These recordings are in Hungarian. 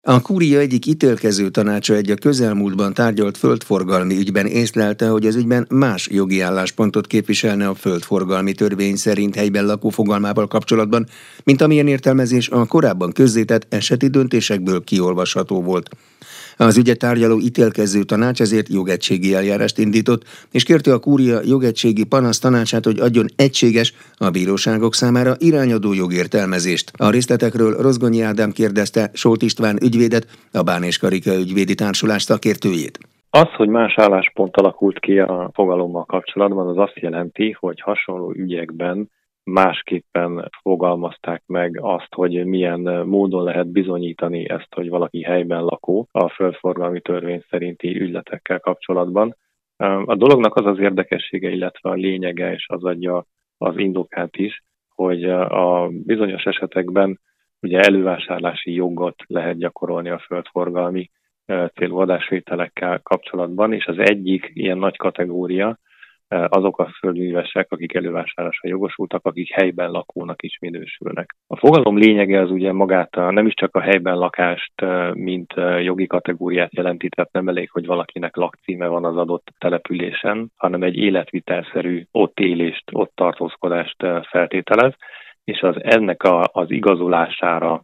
A kúria egyik ítélkező tanácsa egy a közelmúltban tárgyalt földforgalmi ügyben észlelte, hogy az ügyben más jogi álláspontot képviselne a földforgalmi törvény szerint helyben lakó fogalmával kapcsolatban, mint amilyen értelmezés a korábban közzétett eseti döntésekből kiolvasható volt. Az ügyet tárgyaló ítélkező tanács ezért jogegységi eljárást indított, és kérte a kúria jogegységi panasz tanácsát, hogy adjon egységes, a bíróságok számára irányadó jogértelmezést. A részletekről Rozgonyi Ádám kérdezte Solt István ügyvédet, a Bán és Karika ügyvédi társulás szakértőjét. Az, hogy más álláspont alakult ki a fogalommal kapcsolatban, az azt jelenti, hogy hasonló ügyekben másképpen fogalmazták meg azt, hogy milyen módon lehet bizonyítani ezt, hogy valaki helyben lakó a földforgalmi törvény szerinti ügyletekkel kapcsolatban. A dolognak az az érdekessége, illetve a lényege, és az adja az indokát is, hogy a bizonyos esetekben ugye elővásárlási jogot lehet gyakorolni a földforgalmi célú adásvételekkel kapcsolatban, és az egyik ilyen nagy kategória azok a földművesek, akik elővásárlásra jogosultak, akik helyben lakónak is minősülnek. A fogalom lényege az ugye magát nem is csak a helyben lakást, mint jogi kategóriát jelenti, tehát nem elég, hogy valakinek lakcíme van az adott településen, hanem egy életvitelszerű ott élést, ott tartózkodást feltételez, és ennek az igazolására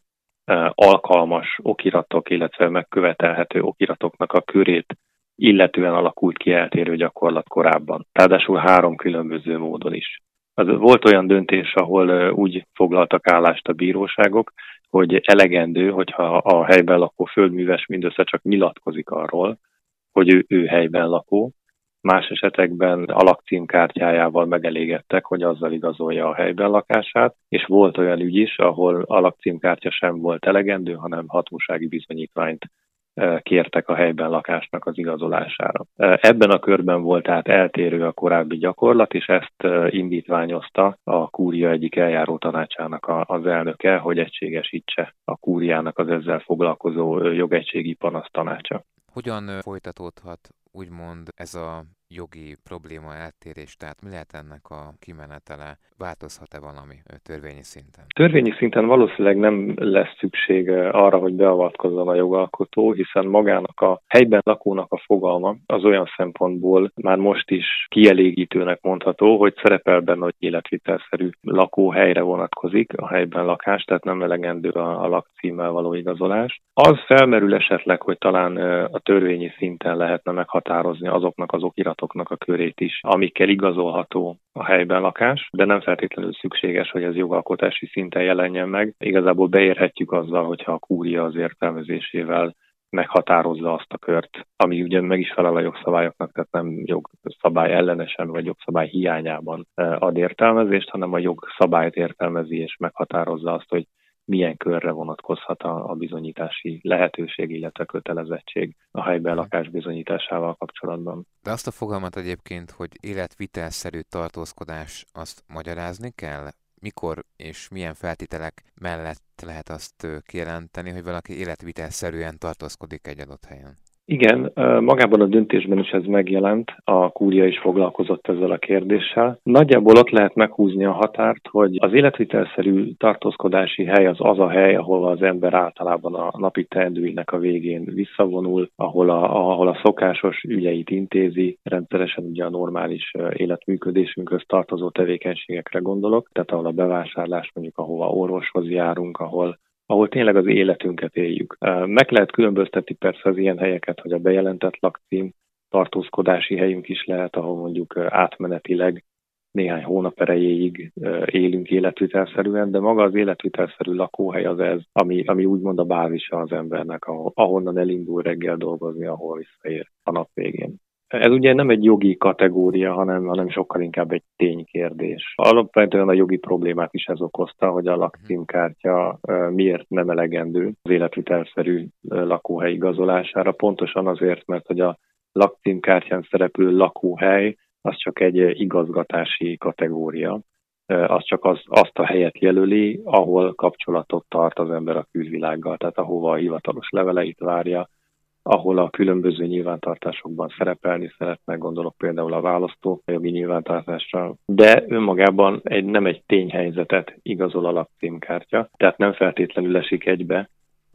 alkalmas okiratok, illetve megkövetelhető okiratoknak a körét illetően alakult ki eltérő gyakorlat korábban. Ráadásul 3 különböző módon is. Volt olyan döntés, ahol úgy foglaltak állást a bíróságok, hogy elegendő, hogyha a helyben lakó földműves mindössze csak nyilatkozik arról, hogy ő helyben lakó. Más esetekben a lakcímkártyájával megelégedtek, hogy azzal igazolja a helyben lakását, és volt olyan ügy is, ahol a lakcímkártya sem volt elegendő, hanem hatósági bizonyítványt kértek a helyben lakásnak az igazolására. Ebben a körben volt tehát eltérő a korábbi gyakorlat, és ezt indítványozta a kúria egyik eljáró tanácsának az elnöke, hogy egységesítse a kúriának az ezzel foglalkozó jogegységi panasz tanácsa. Hogyan folytatódhat úgymond ez a jogi probléma eltérés, tehát mi lehet ennek a kimenetele? Változhat-e valami törvényi szinten? Törvényi szinten valószínűleg nem lesz szükség arra, hogy beavatkozzon a jogalkotó, hiszen magának a helyben lakónak a fogalma az olyan szempontból már most is kielégítőnek mondható, hogy szerepel benne, hogy életvitelszerű lakóhelyre vonatkozik a helyben lakás, tehát nem elegendő a lakcímmel való igazolás. Az felmerül esetleg, hogy talán a törvényi szinten lehetne meghatározni azoknak az okiratoknak a körét is, amikkel igazolható a helyben lakás, de nem feltétlenül szükséges, hogy ez jogalkotási szinten jelenjen meg. Igazából beérhetjük azzal, hogyha a kúria az értelmezésével meghatározza azt a kört, ami ugye meg is felel a jogszabályoknak, tehát nem jogszabály ellenesen vagy jogszabály hiányában ad értelmezést, hanem a jogszabályt értelmezi és meghatározza azt, hogy milyen körre vonatkozhat a bizonyítási lehetőség, illetve kötelezettség a helyben lakás bizonyításával kapcsolatban. De azt a fogalmat egyébként, hogy életvitelszerű tartózkodás, azt magyarázni kell? Mikor és milyen feltételek mellett lehet azt kijelenteni, hogy valaki életvitelszerűen tartózkodik egy adott helyen? Igen, magában a döntésben is ez megjelent, a kúria is foglalkozott ezzel a kérdéssel. Nagyjából ott lehet meghúzni a határt, hogy az életvitelszerű tartózkodási hely az a hely, ahol az ember általában a napi teendőinek a végén visszavonul, ahol a szokásos ügyeit intézi, rendszeresen ugye a normális életműködésünkhöz tartozó tevékenységekre gondolok, tehát ahol a bevásárlás, mondjuk ahova orvoshoz járunk, ahol tényleg az életünket éljük. Meg lehet különböztetni persze az ilyen helyeket, hogy a bejelentett lakcím, tartózkodási helyünk is lehet, ahol mondjuk átmenetileg néhány hónap erejéig élünk életvitelszerűen, de maga az életvitelszerű lakóhely az ez, ami úgymond a bázisa az embernek, ahonnan elindul reggel dolgozni, ahol visszaér a nap végén. Ez ugye nem egy jogi kategória, hanem sokkal inkább egy ténykérdés. Alapvetően a jogi problémát is ez okozta, hogy a lakcímkártya miért nem elegendő az életvitelszerű lakóhely igazolására. Pontosan azért, mert hogy a lakcímkártyán szereplő lakóhely az csak egy igazgatási kategória. Az csak azt a helyet jelöli, ahol kapcsolatot tart az ember a külvilággal, tehát ahova a hivatalos leveleit várja, ahol a különböző nyilvántartásokban szerepelni szeretne, gondolok például a választójogi nyilvántartásra, de önmagában nem egy tényhelyzetet igazol a lakcímkártya, tehát nem feltétlenül esik egybe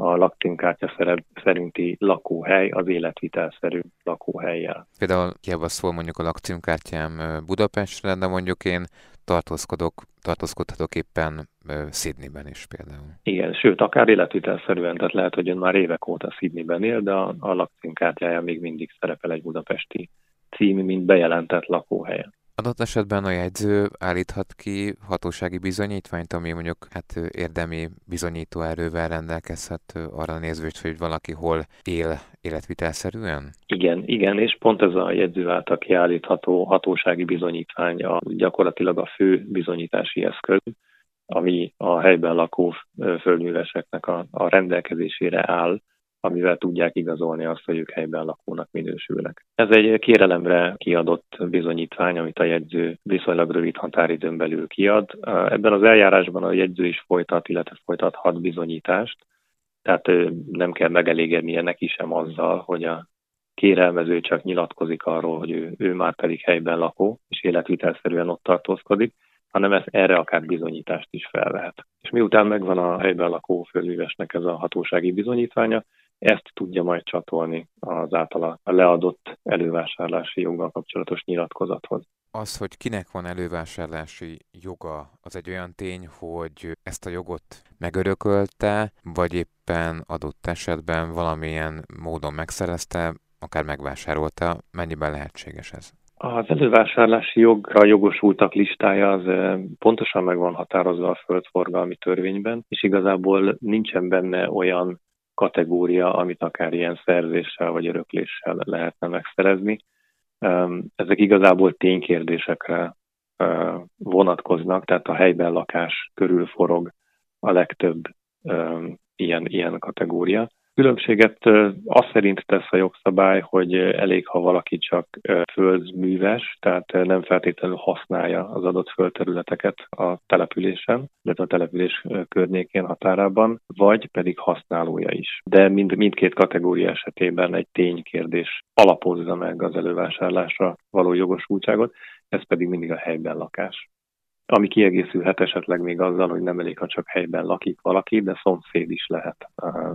a lakcímkártya szerinti lakóhely az életvitelszerű lakóhellyel. Például hiába szól mondjuk a lakcímkártyám Budapestre, de mondjuk én tartózkodhatok éppen Sydneyben is például. Igen, sőt, akár életvitelszerűen, tehát lehet, hogy ön már évek óta Sydneyben él, de a lakcímkártyája még mindig szerepel egy budapesti cím, mint bejelentett lakóhelye. Adott esetben a jegyző állíthat ki hatósági bizonyítványt, ami mondjuk érdemi bizonyítóerővel rendelkezhet arra nézve, hogy valaki hol él életvitelszerűen? Igen, és pont ez a jegyző által kiállítható hatósági bizonyítvány gyakorlatilag a fő bizonyítási eszköz, ami a helyben lakó földműveseknek a rendelkezésére áll, amivel tudják igazolni azt, hogy ők helyben lakónak minősülnek. Ez egy kérelemre kiadott bizonyítvány, amit a jegyző viszonylag rövid határidőn belül kiad. Ebben az eljárásban a jegyző is folytathat bizonyítást, tehát nem kell megelégednie neki sem azzal, hogy a kérelmező csak nyilatkozik arról, hogy ő már pedig helyben lakó, és életvitelszerűen ott tartózkodik, hanem erre akár bizonyítást is felvehet. És miután megvan a helyben lakó földművesnek ez a hatósági bizonyítványa, ezt tudja majd csatolni az általa leadott elővásárlási joggal kapcsolatos nyilatkozathoz. Az, hogy kinek van elővásárlási joga, az egy olyan tény, hogy ezt a jogot megörökölte, vagy éppen adott esetben valamilyen módon megszerezte, akár megvásárolta, mennyiben lehetséges ez? Az elővásárlási jogra jogosultak listája az pontosan meg van határozva a földforgalmi törvényben, és igazából nincsen benne olyan kategória, amit akár ilyen szerzéssel vagy örökléssel lehetne megszerezni. Ezek igazából ténykérdésekre vonatkoznak, tehát a helyben lakás körül forog a legtöbb ilyen kategória. Különbséget azt szerint tesz a jogszabály, hogy elég, ha valaki csak földműves, tehát nem feltétlenül használja az adott földterületeket a településen, illetve a település környékén határában, vagy pedig használója is. De mindkét kategória esetében egy ténykérdés alapozza meg az elővásárlásra való jogosultságot, ez pedig mindig a helyben lakás. Ami kiegészülhet esetleg még azzal, hogy nem elég, ha csak helyben lakik valaki, de szomszéd is lehet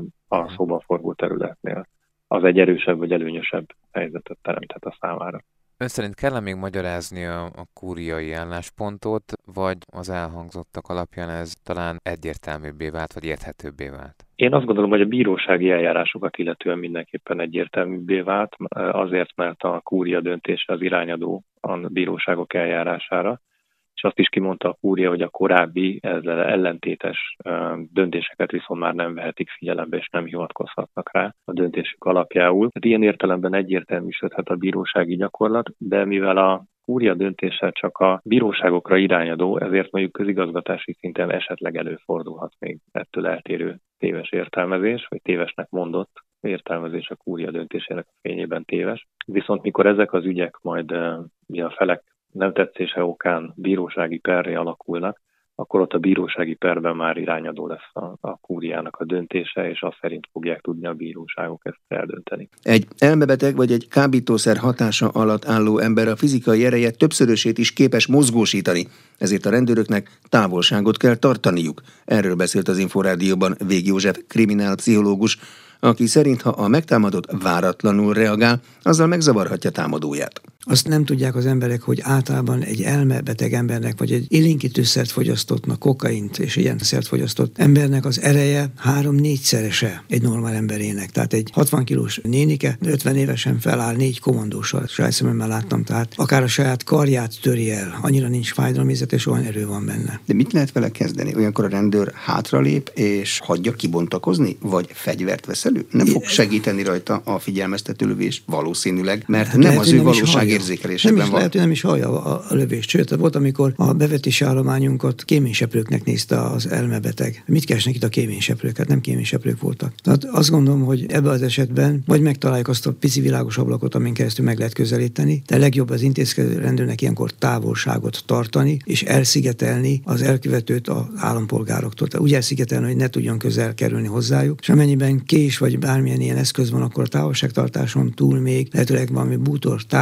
a szóban forgó területnél. Az egy erősebb vagy előnyösebb helyzetet teremthet a számára. Ön szerint kell még magyarázni a kúriai álláspontot, vagy az elhangzottak alapján ez talán egyértelműbbé vált, vagy érthetőbbé vált? Én azt gondolom, hogy a bírósági eljárásokat illetően mindenképpen egyértelműbbé vált, azért, mert a kúria döntése az irányadó a bíróságok eljárására, és azt is kimondta a kúria, hogy a korábbi ezzel ellentétes döntéseket viszont már nem vehetik figyelembe, és nem hivatkozhatnak rá a döntésük alapjául. Tehát ilyen értelemben egyértelműsödhet a bírósági gyakorlat, de mivel a kúria döntése csak a bíróságokra irányadó, ezért mondjuk közigazgatási szinten esetleg előfordulhat még ettől eltérő téves értelmezés, vagy tévesnek mondott értelmezés a kúria döntésének a fényében téves. Viszont mikor ezek az ügyek majd a felek nem tetszése okán bírósági perré alakulnak, akkor ott a bírósági perben már irányadó lesz a kúriának a döntése, és azt szerint fogják tudni a bíróságok ezt eldönteni. Egy elmebeteg vagy egy kábítószer hatása alatt álló ember a fizikai ereje többszörösét is képes mozgósítani, ezért a rendőröknek távolságot kell tartaniuk. Erről beszélt az Inforádióban Vég József kriminálpszichológus, aki szerint, ha a megtámadott váratlanul reagál, azzal megzavarhatja támadóját. Azt nem tudják az emberek, hogy általában egy elmebeteg embernek, vagy egy élénkítőszert fogyasztottnak, kokaint és ilyen szert fogyasztott embernek az ereje 3-4-szerese egy normál emberének. Tehát egy 60 kilós nénike 50 évesen feláll 4 kommandóssal, saját szememmel láttam, tehát akár a saját karját töri el, annyira nincs fájdalomérzet, és olyan erő van benne. De mit lehet vele kezdeni? Olyankor a rendőr hátralép és hagyja kibontakozni, vagy fegyvert vesz elő? Nem fog segíteni rajta a figyelmeztető lövés valószínűleg, mert nem lehet, az ő valóságérzékelésében van. Lehet, hogy nem is hallja a lövést. Sőt, volt, amikor a bevetési állományunkat kéményseprőknek nézte az elmebeteg. Mit keresnek itt a kéményseprők? Hát nem kéményseprők voltak. Tehát azt gondolom, hogy ebben az esetben vagy megtaláljuk azt a pici világos ablakot, amin keresztül meg lehet közelíteni, de legjobb az intézkedő rendőrnek ilyenkor távolságot tartani, és elszigetelni az elkövetőt az állampolgároktól. Tehát úgy elszigetelni, hogy ne tudjon közel kerülni hozzájuk, és amennyiben kés vagy bármilyen ilyen eszköz van, akkor a távolságtartáson túl még lehetőleg valami bútor tárgy mögé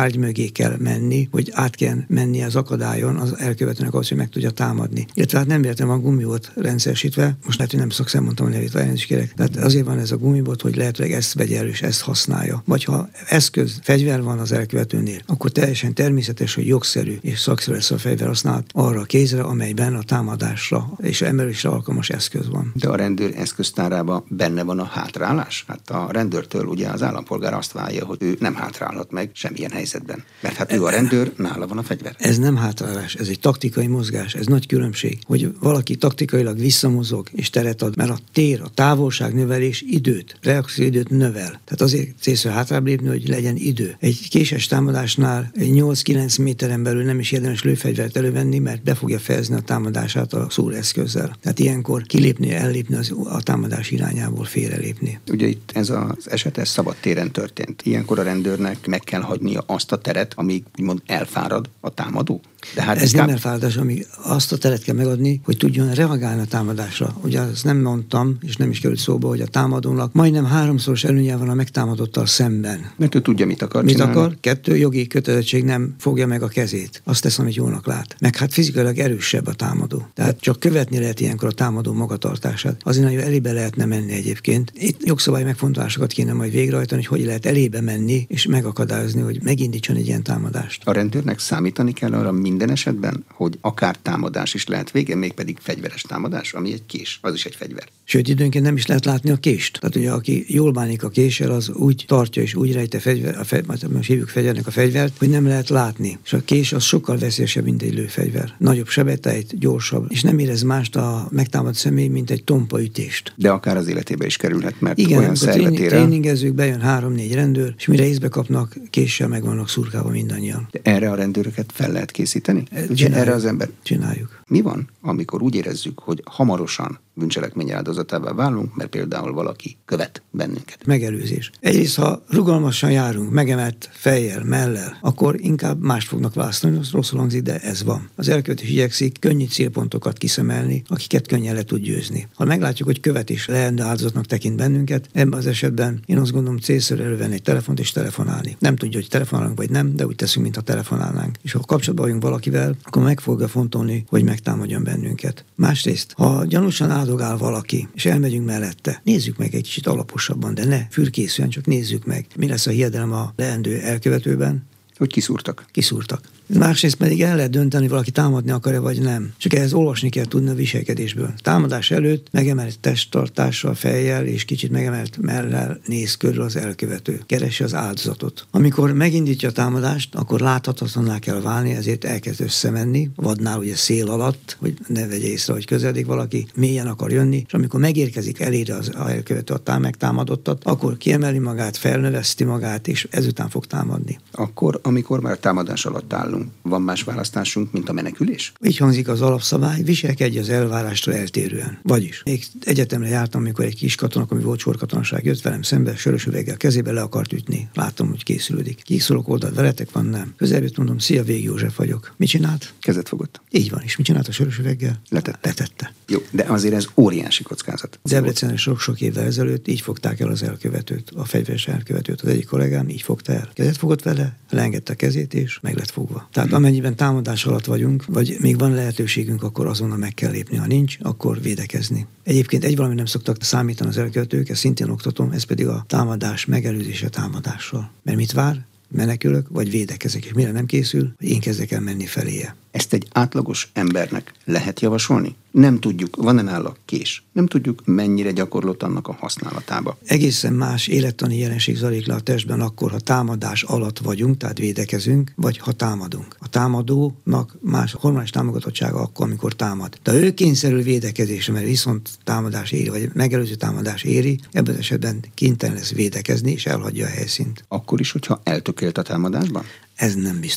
mögé kell menni, hogy át kell menni az akadályon az elkövetőnek ahhoz, hogy meg tudja támadni. Illetve hát nem véletlenül van gumibot rendszeresítve, most lehet, hogy nem szakszem mondtam a nevét, elnézést kérek. Tehát azért van ez a gumibot, hogy lehetőleg ezt vegye elő, és ezt használja. Vagy ha eszköz, fegyver van az elkövetőnél, akkor teljesen természetes, hogy jogszerű és szakszerű lesz a fegyver használat arra a kézre, amelyben a támadásra és emelésre alkalmas eszköz van. De a rendőr eszköztárában benne van a hátrálás? Hát a rendőrtől ugye az állampolgár azt várja, hogy ő nem hátrálhat meg semmilyen helyzetben. Mert hát ő a rendőr, nála van a fegyver. Ez nem hátrálás, ez egy taktikai mozgás, ez nagy különbség, hogy valaki taktikailag visszamozog és teret ad, mert a tér, a távolság növelés időt, reakcióidőt növel. Tehát azért célszerű hátrább lépni, hogy legyen idő. Egy késes támadásnál 8-9 méteren belül nem is érdemes lőfegyvert elővenni, mert be fogja fejezni a támadását a szúreszközzel. Tehát ilyenkor kilépni, ellépni a támadás irányából félrelépni. Ugye itt ez az eset, ez szabad téren történt. Ilyenkor a rendőrnek meg kell hagynia azt a teret, amíg úgymond elfárad a támadó. De hát ez nem elfáradás, amíg azt a teret kell megadni, hogy tudjon reagálni a támadásra. Ugye azt nem mondtam, és nem is került szóba, hogy a támadónak majdnem 3-szoros előnye van a megtámadottal szemben. Mert ő tudja, mit akar csinálni. Mit akar? 2, jogi kötelezettség nem fogja meg a kezét. Azt tesz, amit jónak lát. Meg hát fizikailag erősebb a támadó. Tehát csak követni lehet ilyenkor a támadó magatartását. Azért nagyon elébe lehetne menni egyébként. Itt jogszabályi megfontolásokat kéne majd végrehajtani, hogy lehet elébe menni és megakadályozni, hogy megindítson egy ilyen támadást. A rendőrnek számítani kell arra minden esetben, hogy akár támadás is lehet vége, mégpedig fegyveres támadás, ami egy kés, az is egy fegyver. Sőt, időnként nem is lehet látni a kést. Tehát ugye, aki jól bánik a késsel, az úgy tartja és úgy rejte most hívjuk fegyvernek a fegyvert, hogy nem lehet látni. És a kés az sokkal veszélyesebb, mint egy lőfegyver. Nagyobb sebet ejt, gyorsabb, és nem érez mást a megtámadt személy, mint egy tompa ütést. De akár az életébe is kerülhet, mert igen, olyan szervetére. Tréningezők, bejön 3-4 rendőr, és mire észbe kapnak, késsel meg vannak szurkálva mindannyian. De erre a rendőröket fel lehet készíteni? Ugye erre az ember. Csináljuk. Mi van, amikor úgy érezzük, hogy hamarosan bűncselekmény áldozatává válunk, mert például valaki követ bennünket? Megelőzés. Egyrészt, ha rugalmasan járunk, megemelt fejjel, mellel, akkor inkább mást fognak választani, az rosszul hangzik, de ez van. Az elkövetés igyekszik könnyű célpontokat kiszemelni, akiket könnyen le tud győzni. Ha meglátjuk, hogy követ is leendő áldozatnak tekint bennünket, ebben az esetben én azt gondolom, célszerű elővenni egy telefont és telefonálni. Nem tudja, hogy telefonálunk vagy nem, de úgy teszünk, mintha telefonálnánk. És ha kapcsolatban vagyunk valakivel, akkor meg fogja fontolni, hogy megtámadjon bennünket. Másrészt, ha gyanúsan áldogál valaki, és elmegyünk mellette, nézzük meg egy kicsit alaposabban, de ne fürkészűen, csak nézzük meg, mi lesz a hiedelem a leendő elkövetőben. Hogy kiszúrtak. Másrészt pedig el lehet dönteni, valaki támadni akar-e vagy nem. Csak ehhez olvasni kell tudni a viselkedésből. Támadás előtt megemelt testtartással, fejjel és kicsit megemelt mellel néz körül az elkövető. Keresse az áldozatot. Amikor megindítja a támadást, akkor láthatatlanná kell válni, ezért elkezd összemenni. Vadnál ugye szél alatt, hogy ne vegye észre, hogy közeledik valaki, mélyen akar jönni, és amikor megérkezik elére az elkövető a megtámadottat, akkor kiemeli magát, felnöveszti magát, és ezután fog támadni. Akkor, amikor már támadás alatt állunk, van más választásunk, mint a menekülés? Így hangzik az alapszabály, viselkedj az elvárástól eltérően. Vagyis, még egyetemre jártam, amikor egy kis katonak, ami volt sorkatonaság, jött velem szembe, sörös üveggel kezébe le akart ütni. Láttam, hogy készülődik. Kiszólok oldalt, veletek van, nem. Közelből mondom, szia, Vég József vagyok. Mit csinált? Kezet fogott. Így van, és mit csinált a sörös üveggel? Letette. Jó, de azért ez óriási kockázat. Debrecenen sok évvel ezelőtt így fogták el az elkövetőt, a fegyveres elkövetőt. Az egyik kollégám így fogta el. Kezet fogott vele, leengedte a kezét, és meg lett fogva. Tehát amennyiben támadás alatt vagyunk, vagy még van lehetőségünk, akkor azonnal meg kell lépni. Ha nincs, akkor védekezni. Egyébként egy valami nem szoktak számítani az elkövetők, ezt szintén oktatom, ez pedig a támadás megelőzése támadással. Mert mit vár? Menekülök, vagy védekezek, és mire nem készül, hogy én kezdek el menni feléje. Ezt egy átlagos embernek lehet javasolni? Nem tudjuk, van-e nála kés. Nem tudjuk, mennyire gyakorlott annak a használatába. Egészen más élettani jelenség zajlik le a testben akkor, ha támadás alatt vagyunk, tehát védekezünk, vagy ha támadunk. A támadónak más hormonális támogatottsága akkor, amikor támad. De ő kényszerül védekezésre, mert viszont támadás éri, vagy megelőző támadás éri, ebben az esetben kénytelen lesz védekezni, és elhagyja a helyszínt. Akkor is, hogyha eltökélt a támadásban? Ez nem biztos.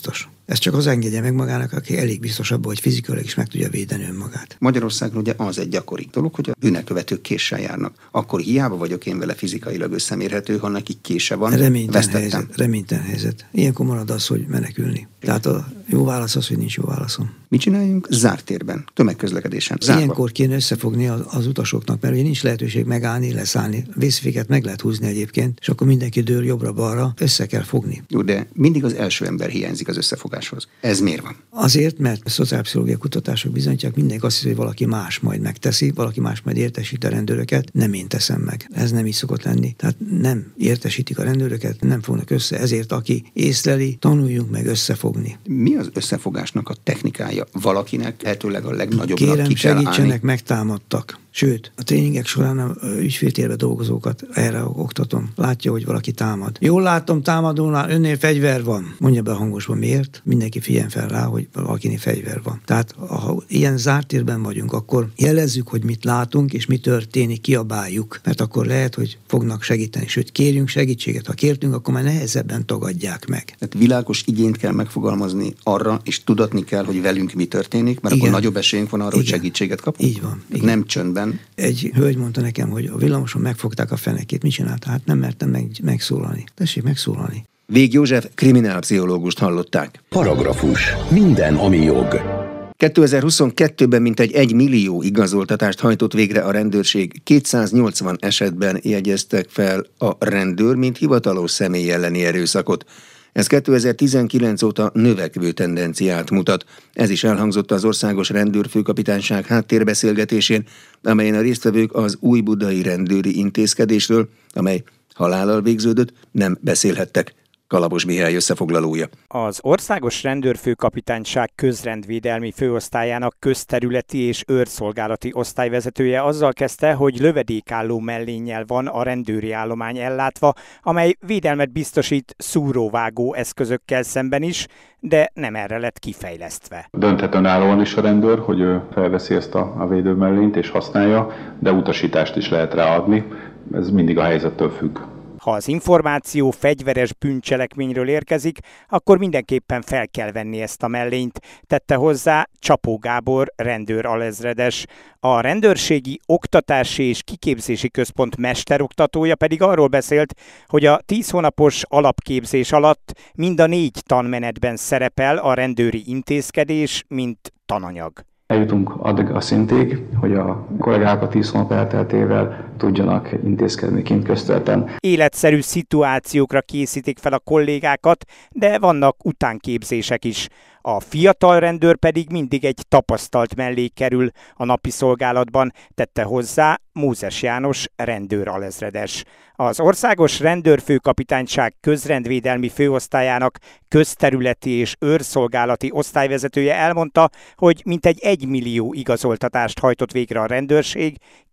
Ezt csak az engedje meg magának, aki elég biztos abban, hogy fizikailag is meg tudja védeni önmagát. Magyarországon ugye az egy gyakori dolog, hogy a bűnelkövetők késsel járnak. Akkor hiába vagyok én vele fizikailag összemérhető, ha neki kése van, reménytelen helyzet. Ilyenkor marad az, hogy menekülni. Tehát a jó válasz az, hogy nincs jó válaszom. Mit csináljunk? Zárt térben, tömegközlekedésen. Zárva. Ilyenkor kéne összefogni az utasoknak, mert ugye nincs lehetőség megállni, leszállni. Vészféket meg lehet húzni egyébként, és akkor mindenki dől jobbra-balra, össze kell fogni. Jó, de mindig az első ember hiányzik az összefogáshoz. Ez miért van? Azért, mert a szociálpszichológiai kutatások bizonyítják, mindenki azt hiszi, hogy valaki más majd megteszi, valaki más majd értesít a rendőröket, nem én teszem meg. Ez nem így szokott lenni. Tehát nem értesítik a rendőröket, nem fognak össze, ezért aki észleli, tanuljunk meg összefogni. Mi az összefogásnak a technikája? Valakinek lehetőleg a legnagyobbnak Kérem, ki kell segítsenek, állni? megtámadtak. Sőt, a tréningek során a ügyféltérbe dolgozókat erre oktatom. Látja, hogy valaki támad. Jól látom, támadónál önnél fegyver van. Mondja be hangosban miért. Mindenki figyeljen fel rá, hogy valakinél fegyver van. Tehát, ha ilyen zárt térben vagyunk, akkor jelezzük, hogy mit látunk, és mi történik, kiabáljuk. Mert akkor lehet, hogy fognak segíteni. Sőt, kérjünk segítséget. Ha kértünk, akkor már nehezebben tagadják meg. Tehát világos igényt kell megfogalmazni arra, és tudatni kell, hogy velünk mi történik, mert akkor nagyobb esélyünk van arra, hogy segítséget kapunk. Így van. Nem csöndben. Egy hölgy mondta nekem, hogy a villamoson megfogták a fenekét. Mit csinálta? Hát nem mertem megszólalni. Tessék megszólalni. Vég József kriminálpszichológust hallották. Paragrafus. Minden, ami jog. 2022-ben mintegy 1 millió igazoltatást hajtott végre a rendőrség. 280 esetben jegyeztek fel a rendőr, mint hivatalos személy elleni erőszakot. Ez 2019 óta növekvő tendenciát mutat. Ez is elhangzott az Országos Rendőrfőkapitányság háttérbeszélgetésén, amelyen a résztvevők az újbudai rendőri intézkedésről, amely halállal végződött, nem beszélhettek. Kalapos Mihály összefoglalója. Az Országos Rendőrfőkapitányság közrendvédelmi főosztályának közterületi és őrszolgálati osztályvezetője azzal kezdte, hogy lövedékálló mellénnyel van a rendőri állomány ellátva, amely védelmet biztosít szúróvágó eszközökkel szemben is, de nem erre lett kifejlesztve. Dönthet önállóan is a rendőr, hogy ő felveszi ezt a védőmellényt és használja, de utasítást is lehet ráadni. Ez mindig a helyzettől függ. Ha az információ fegyveres bűncselekményről érkezik, akkor mindenképpen fel kell venni ezt a mellényt, tette hozzá Csapó Gábor rendőr alezredes. A Rendőrségi Oktatási és Kiképzési Központ mesteroktatója pedig arról beszélt, hogy a 10 hónapos alapképzés alatt mind a 4 tanmenetben szerepel a rendőri intézkedés, mint tananyag. Eljutunk addig a szintig, hogy a kollégák a 10 hónap elteltével tudjanak intézkedni kint közterületen. Életszerű szituációkra készítik fel a kollégákat, de vannak utánképzések is. A fiatal rendőr pedig mindig egy tapasztalt mellé kerül a napi szolgálatban, tette hozzá Mózes János rendőr alezredes. Az Országos Rendőrfőkapitányság közrendvédelmi főosztályának közterületi és őrszolgálati osztályvezetője elmondta, hogy mintegy 1 millió igazoltatást hajtott végre a rendőrség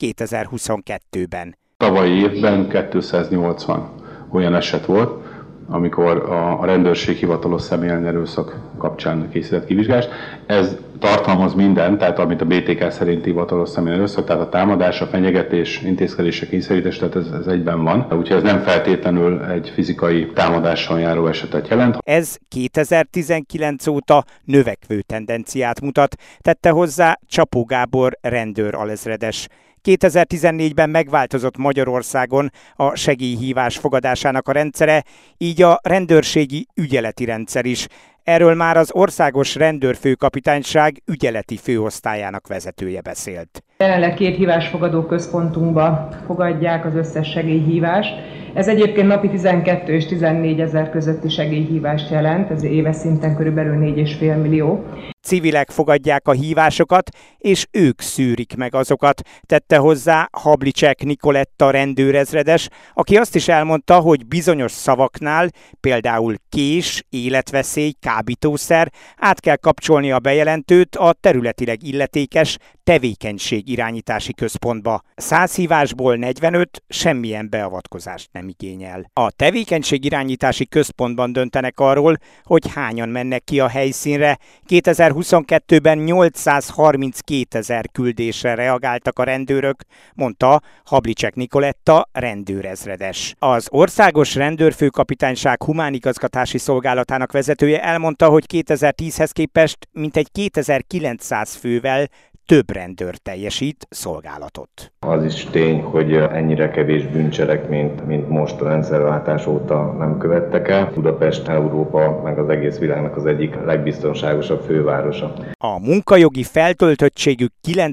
2022-ben. Tavalyi évben 280 olyan eset volt, amikor a rendőrség hivatalos személy elleni erőszak kapcsán készített kivizsgálást. Ez tartalmaz mindent, tehát amit a BTK szerint hivatalos személy elleni erőszak, tehát a támadás, a fenyegetés, intézkedések, kényszerítés, tehát ez egyben van. Úgyhogy ez nem feltétlenül egy fizikai támadással járó esetet jelent. Ez 2019 óta növekvő tendenciát mutat, tette hozzá Csapó Gábor rendőr alezredes. 2014-ben megváltozott Magyarországon a segélyhívás fogadásának a rendszere, így a rendőrségi ügyeleti rendszer is. Erről már az Országos Rendőrfőkapitányság ügyeleti főosztályának vezetője beszélt. Jelenleg 2 hívásfogadó központunkba fogadják az összes segélyhívást. Ez egyébként napi 12 és 14 ezer közötti segélyhívást jelent, ez éves szinten körülbelül 4,5 millió. Civilek fogadják a hívásokat, és ők szűrik meg azokat, tette hozzá Hablicek Nikoletta rendőrezredes, aki azt is elmondta, hogy bizonyos szavaknál, például kés, életveszély, kábítószer, át kell kapcsolni a bejelentőt a területileg illetékes tevékenység irányítási központba. 100 hívásból 45 semmilyen beavatkozást nem igényel. A tevékenység irányítási központban döntenek arról, hogy hányan mennek ki a helyszínre. 2022-ben 832 000 küldésre reagáltak a rendőrök, mondta Hablicek Nikoletta, rendőrezredes. Az Országos Rendőrfőkapitányság humánigazgatási szolgálatának vezetője elmondta, hogy 2010-hez képest mintegy 2900 fővel több rendőr teljesít szolgálatot. Az is tény, hogy ennyire kevés bűncselekményt, mint most a rendszerváltás óta nem követtek el. Budapest Európa, meg az egész világnak az egyik legbiztonságosabb fővárosa. A munkajogi feltöltöttségük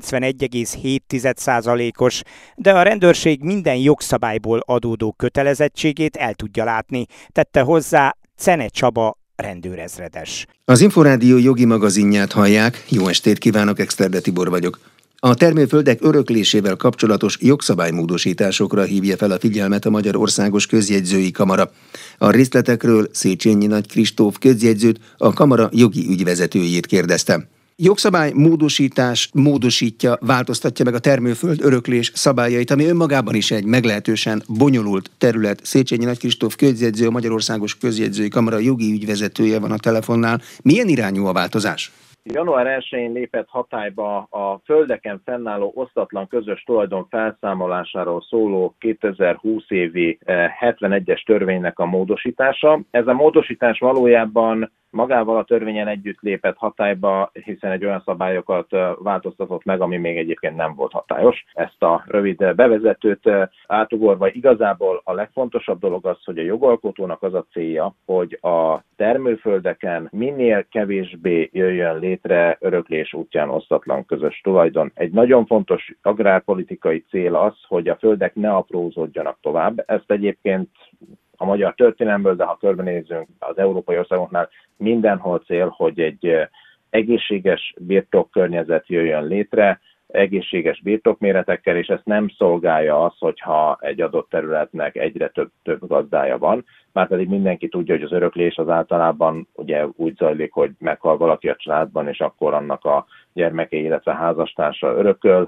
91,7%-os, de a rendőrség minden jogszabályból adódó kötelezettségét el tudja látni, tette hozzá Cene Csaba, rendőrezredes. Az Inforádió jogi magazinját hallják, jó estét kívánok, Exterde Tibor vagyok. A termőföldek öröklésével kapcsolatos jogszabálymódosításokra hívja fel a figyelmet a Magyar Országos Közjegyzői Kamara. A részletekről Széchenyi Nagy Kristóf közjegyzőt, a kamara jogi ügyvezetőjét kérdeztem. Jogszabálymódosítás módosítja, változtatja meg a termőföld öröklés szabályait, ami önmagában is egy meglehetősen bonyolult terület. Széchenyi Nagy Kristóf közjegyző, a Magyar Országos Közjegyzői Kamara jogi ügyvezetője van a telefonnál. Milyen irányú a változás? Január 1-én lépett hatályba a földeken fennálló osztatlan közös tulajdon felszámolásáról szóló 2020 évi 71-es törvénynek a módosítása. Ez a módosítás valójában magával a törvényen együtt lépett hatályba, hiszen egy olyan szabályokat változtatott meg, ami még egyébként nem volt hatályos. Ezt a rövid bevezetőt átugorva igazából a legfontosabb dolog az, hogy a jogalkotónak az a célja, hogy a termőföldeken minél kevésbé jöjjön létre öröklés útján osztatlan közös tulajdon. Egy nagyon fontos agrárpolitikai cél az, hogy a földek ne aprózódjanak tovább. Ezt egyébként a magyar történelemből, de ha körbenézzünk az európai országoknál, mindenhol cél, hogy egy egészséges birtokkörnyezet jöjjön létre, egészséges birtokméretekkel, és ezt nem szolgálja az, hogyha egy adott területnek egyre több gazdája van, márpedig mindenki tudja, hogy az öröklés az általában ugye úgy zajlik, hogy meghal valaki a családban, és akkor annak a gyermekei, illetve házastársa örököl.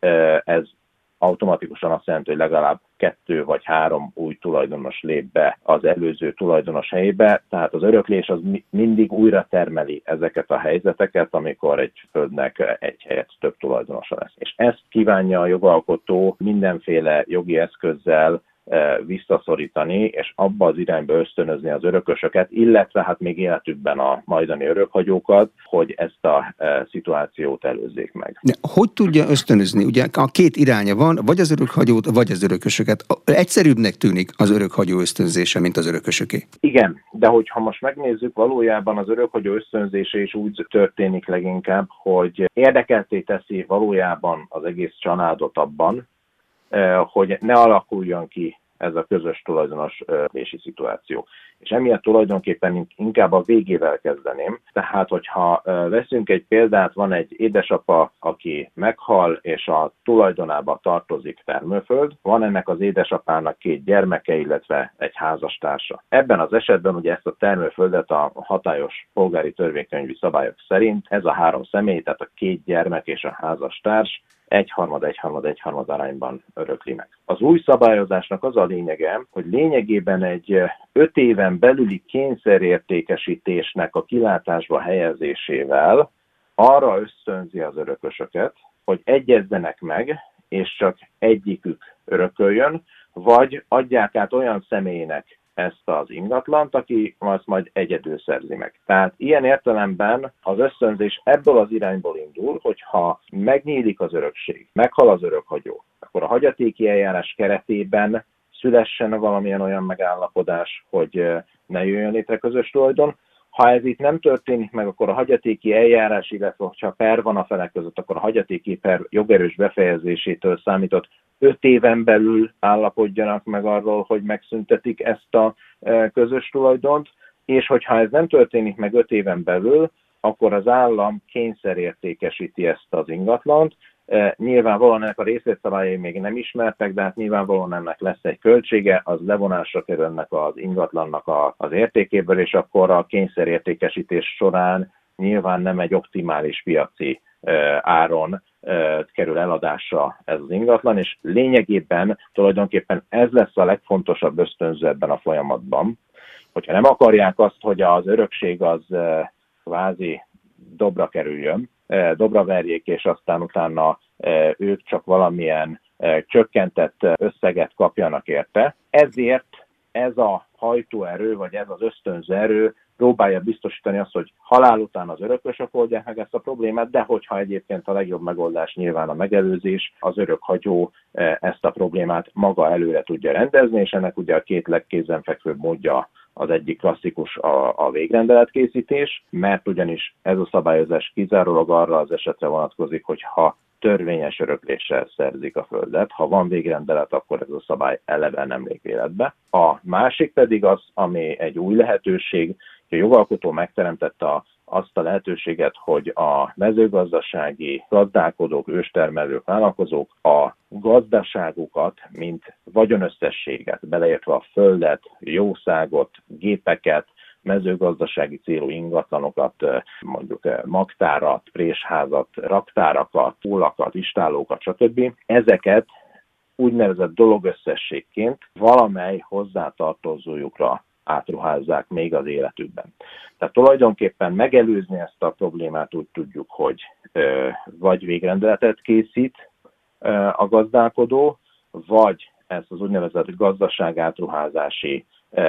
Ez automatikusan azt jelenti, hogy legalább 2 vagy 3 új tulajdonos lép be az előző tulajdonos helyébe, tehát az öröklés az mindig újra termeli ezeket a helyzeteket, amikor egy földnek egy helyett több tulajdonosa lesz. És ezt kívánja a jogalkotó mindenféle jogi eszközzel visszaszorítani, és abba az irányba ösztönözni az örökösöket, illetve hát még életükben a majdani örökhagyókat, hogy ezt a szituációt előzzék meg. De hogy tudja ösztönözni? Ugye a két iránya van, vagy az örökhagyót, vagy az örökösöket. Egyszerűbbnek tűnik az örökhagyó ösztönzése, mint az örökösöké. Igen, de hogyha most megnézzük, valójában az örökhagyó ösztönzése is úgy történik leginkább, hogy érdekelté teszi valójában az egész családot abban, hogy ne alakuljon ki ez a közös tulajdonos öröklési szituáció. És emiatt tulajdonképpen inkább a végével kezdeném. Tehát, hogyha veszünk egy példát, van egy édesapa, aki meghal, és a tulajdonába tartozik termőföld, van ennek az édesapának 2 gyermeke, illetve egy házastársa. Ebben az esetben ugye ezt a termőföldet a hatályos polgári törvénykönyvi szabályok szerint ez a 3 személy, tehát a 2 gyermek és a házastárs 1/3 arányban örökli meg. Az új szabályozásnak az a lényege, hogy lényegében egy 5 éven belüli kényszerértékesítésnek a kilátásba helyezésével arra ösztönzi az örökösöket, hogy egyezzenek meg, és csak egyikük örököljön, vagy adják át olyan személynek ezt az ingatlant, aki azt majd egyedül szerzi meg. Tehát ilyen értelemben az ösztönzés ebből az irányból indul, hogyha megnyílik az örökség, meghal az örökhagyó, akkor a hagyatéki eljárás keretében szülessen valamilyen olyan megállapodás, hogy ne jöjjön létre közös tulajdon. Ha ez itt nem történik meg, akkor a hagyatéki eljárás, illetve ha per van a felek között, akkor a hagyatéki per jogerős befejezésétől számított 5 éven belül állapodjanak meg arról, hogy megszüntetik ezt a közös tulajdont, és hogyha ez nem történik meg 5 éven belül, akkor az állam kényszerértékesíti ezt az ingatlant. Nyilvánvalóan ennek a részletszabályai még nem ismertek, de hát nyilvánvalóan ennek lesz egy költsége, az levonásra kerül ennek az ingatlannak az értékéből, és akkor a kényszerértékesítés során nyilván nem egy optimális piaci áron kerül eladásra ez az ingatlan, és lényegében tulajdonképpen ez lesz a legfontosabb ösztönző ebben a folyamatban, hogyha nem akarják azt, hogy az örökség az kvázi dobra kerüljön, dobra verjék, és aztán utána ők csak valamilyen csökkentett összeget kapjanak érte. Ezért ez a hajtóerő, vagy ez az ösztönző erő próbálja biztosítani azt, hogy halál után az örökösök oldják meg ezt a problémát, de hogyha egyébként a legjobb megoldás nyilván a megelőzés, az örökhagyó ezt a problémát maga előre tudja rendezni, és ennek ugye a két legkézenfekvőbb módja az egyik klasszikus a végrendeletkészítés, mert ugyanis ez a szabályozás kizárólag arra az esetre vonatkozik, hogyha törvényes örökléssel szerzik a földet. Ha van végrendelet, akkor ez a szabály eleve nem lép életbe. A másik pedig az, ami egy új lehetőség, hogy a jogalkotó megteremtette azt a lehetőséget, hogy a mezőgazdasági gazdálkodók, őstermelők, vállalkozók a gazdaságukat, mint vagyonösszességet, beleértve a földet, jószágot, gépeket, mezőgazdasági célú ingatlanokat, mondjuk magtárat, présházat, raktárakat, pólakat, istállókat, stb. Ezeket úgynevezett dologösszességként valamely hozzátartozójukra átruházzák még az életükben. Tehát tulajdonképpen megelőzni ezt a problémát úgy tudjuk, hogy vagy végrendeletet készít a gazdálkodó, vagy ezt az úgynevezett gazdaságátruházási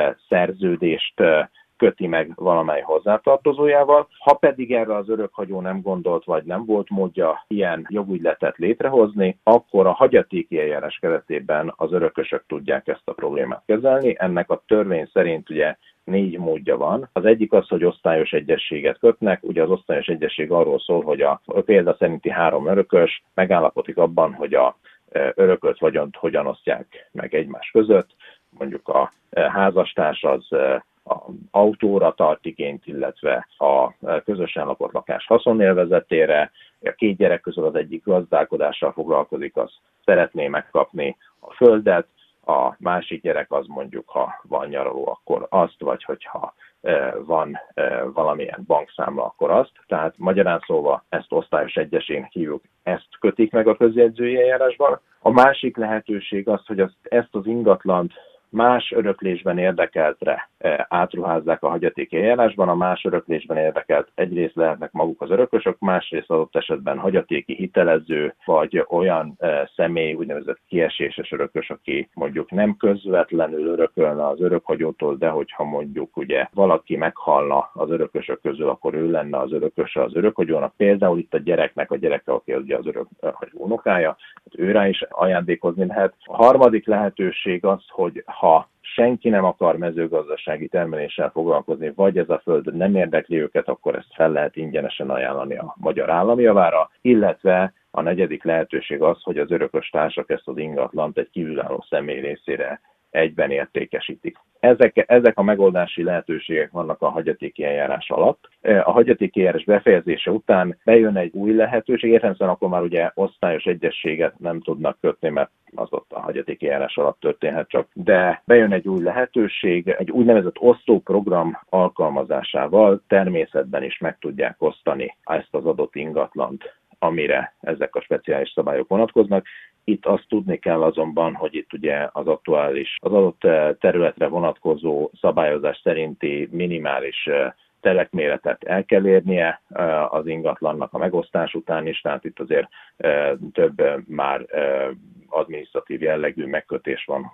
szerződést köti meg valamely hozzátartozójával. Ha pedig erre az örökhagyó nem gondolt, vagy nem volt módja ilyen jogügyletet létrehozni, akkor a hagyatéki eljárás keretében az örökösök tudják ezt a problémát kezelni. Ennek a törvény szerint ugye 4 módja van. Az egyik az, hogy osztályos egyezséget kötnek. Ugye az osztályos egyezség arról szól, hogy a példa szerinti 3 örökös megállapodik abban, hogy a örökölt vagyont hogyan osztják meg egymás között. Mondjuk a házastárs az a autóra tart igényt, illetve a közösen lakott lakás haszonélvezetére. A 2 gyerek közül az egyik gazdálkodással foglalkozik, az szeretné megkapni a földet, a másik gyerek az mondjuk, ha van nyaraló, akkor azt, vagy hogyha van valamilyen bankszámla, akkor azt. Tehát magyarán szólva ezt osztályos egyezségnek hívjuk, ezt kötik meg a közjegyzői eljárásban. A másik lehetőség az, hogy ezt az ingatlant más öröklésben érdekeltre átruházzák a hagyatéki eljárásban. A más öröklésben érdekelt egyrészt lehetnek maguk az örökösök, másrészt adott esetben hagyatéki hitelező, vagy olyan személy, úgynevezett kieséses örökös, aki mondjuk nem közvetlenül örökölne az örökhagyótól, de hogyha mondjuk ugye valaki meghalna az örökösök közül, akkor ő lenne az örököse az örökhagyónak. Például itt a gyereknek a gyereke, aki ugye az örökhagyó unokája, őrá is ajándékozni lehet. A harmadik lehetőség az, hogy ha senki nem akar mezőgazdasági termeléssel foglalkozni, vagy ez a föld nem érdekli őket, akkor ezt fel lehet ingyenesen ajánlani a magyar állam javára, illetve a negyedik lehetőség az, hogy az örökös társak ezt az ingatlant egy kívülálló személy részére egyben értékesítik. Ezek a megoldási lehetőségek vannak a hagyatéki eljárás alatt. A hagyatéki eljárás befejezése után bejön egy új lehetőség, értelemszerűen akkor már ugye osztályos egyezséget nem tudnak kötni, mert az ott a hagyatéki eljárás alatt történhet csak. De bejön egy új lehetőség, egy úgynevezett osztóprogram alkalmazásával természetben is meg tudják osztani ezt az adott ingatlant, amire ezek a speciális szabályok vonatkoznak. Itt azt tudni kell azonban, hogy itt ugye az adott területre vonatkozó szabályozás szerinti minimális telekméretet el kell érnie az ingatlannak a megosztás után is, tehát itt azért több már adminisztratív jellegű megkötés van,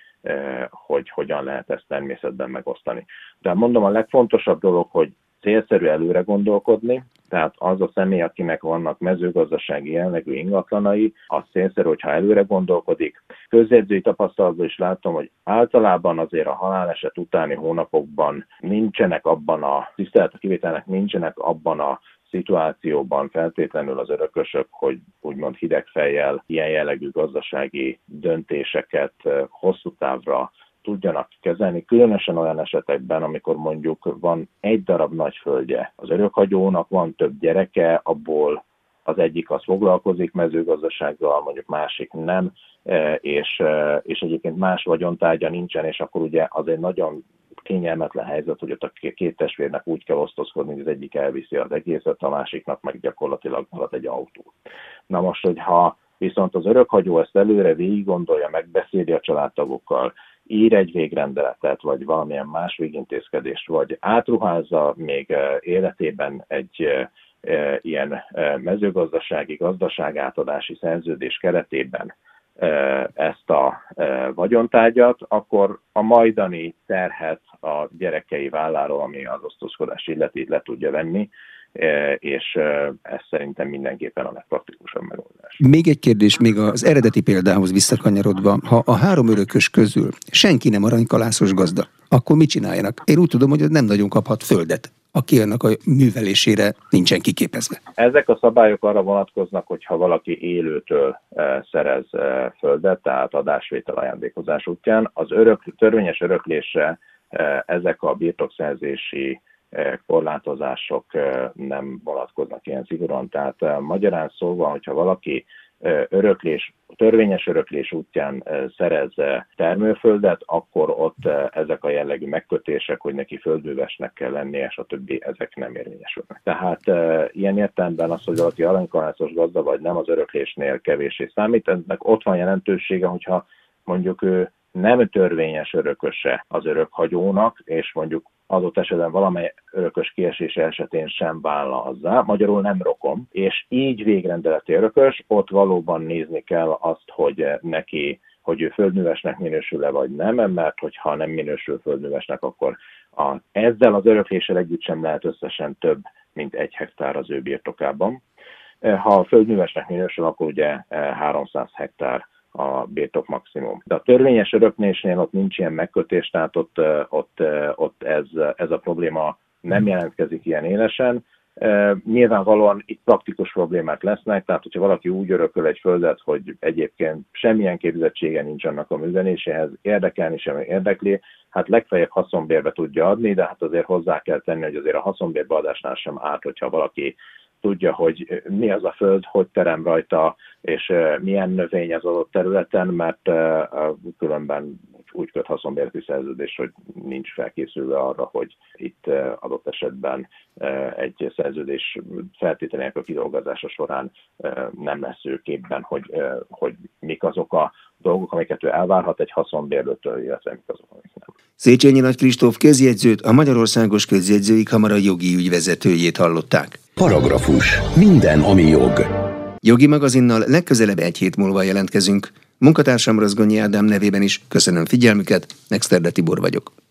hogy hogyan lehet ezt természetben megosztani. De mondom, a legfontosabb dolog, hogy célszerű előre gondolkodni, tehát az a személy, akinek vannak mezőgazdasági jellegű ingatlanai, az célszerű, hogyha előre gondolkodik. Közjegyzői tapasztalatból is látom, hogy általában azért a haláleset utáni hónapokban nincsenek abban a tisztelet a kivételnek, nincsenek abban a szituációban feltétlenül az örökösök, hogy úgymond hideg fejjel ilyen jellegű gazdasági döntéseket hosszú távra tudjanak kezelni, különösen olyan esetekben, amikor mondjuk van egy darab nagy földje az örökhagyónak, van több gyereke, abból az egyik az foglalkozik mezőgazdasággal, mondjuk másik nem, és egyébként más vagyontárgya nincsen, és akkor ugye az egy nagyon kényelmetlen helyzet, hogy ott a két testvérnek úgy kell osztozkodni, hogy az egyik elviszi az egészet, a másiknak meg gyakorlatilag alatt egy autó. Na most, hogyha viszont az örökhagyó ezt előre végig gondolja, megbeszéli a családtagokkal, ír egy végrendeletet, vagy valamilyen más végintézkedést, vagy átruházza még életében egy ilyen mezőgazdasági, gazdaságátadási szerződés keretében ezt a vagyontárgyat, akkor a majdani terhet a gyerekei válláról, ami az osztozkodás illeti, le tudja venni, és ez szerintem mindenképpen a legpraktikusabb megoldás. Még egy kérdés, még az eredeti példához visszakanyarodva, ha a 3 örökös közül senki nem aranykalászos gazda, akkor mit csináljanak? Én úgy tudom, hogy nem nagyon kaphat földet, aki annak a művelésére nincsen kiképezve. Ezek a szabályok arra vonatkoznak, hogy ha valaki élőtől szerez földet, tehát adásvétel ajándékozás útján, az törvényes öröklésre ezek a birtokszerzési korlátozások nem vonatkoznak ilyen szigorúan. Tehát magyarán szólva, hogyha valaki törvényes öröklés útján szerez termőföldet, akkor ott ezek a jellegű megkötések, hogy neki földművesnek kell lennie, stb. Ezek nem érvényesülnek. Tehát ilyen értelemben az, hogy valaki aranykalászos gazda vagy nem, az öröklésnél kevéssé számít. Ennek ott van jelentősége, hogyha mondjuk ő nem törvényes örököse az örökhagyónak, és mondjuk adott esetben valamely örökös kiesése esetén sem válna azzá, magyarul nem rokon, és így végrendeleti örökös, ott valóban nézni kell azt, hogy neki, hogy ő földművesnek minősül-e vagy nem, mert hogyha nem minősül földművesnek, akkor ezzel az örökléssel együtt sem lehet összesen több, mint 1 hektár az ő birtokában. Ha a földművesnek minősül, akkor ugye 300 hektár a birtok maximum. De a törvényes öröklésnél ott nincs ilyen megkötés, tehát ott ez a probléma nem jelentkezik ilyen élesen. Nyilvánvalóan itt praktikus problémák lesznek, tehát hogyha valaki úgy örököl egy földet, hogy egyébként semmilyen képzettsége nincs annak a műveléséhez, érdekelni sem érdekli, hát legfeljebb haszonbérbe tudja adni, de hát azért hozzá kell tenni, hogy azért a haszonbérbeadásnál sem árt, hogyha valaki tudja, hogy mi az a föld, hogy terem rajta, és milyen növény az adott területen, mert különben úgy köt haszonbérleti szerződést, hogy nincs felkészülve arra, hogy itt adott esetben egy szerződés feltételének a kidolgozása során nem lesz ő képben, hogy mik azok a dolgok, amiket ő elvárhat egy haszonbérlőtől, illetve mik azok, amik nem. Széchenyi Nagy Kristóf közjegyzőt, a Magyarországos Közjegyzői Kamara jogi ügyvezetőjét hallották. Paragrafus. Minden, ami jog. Jogi magazinnal legközelebb 1 hét múlva jelentkezünk. Munkatársam Rozgonyi Ádám nevében is köszönöm figyelmüket, Exterde Tibor vagyok.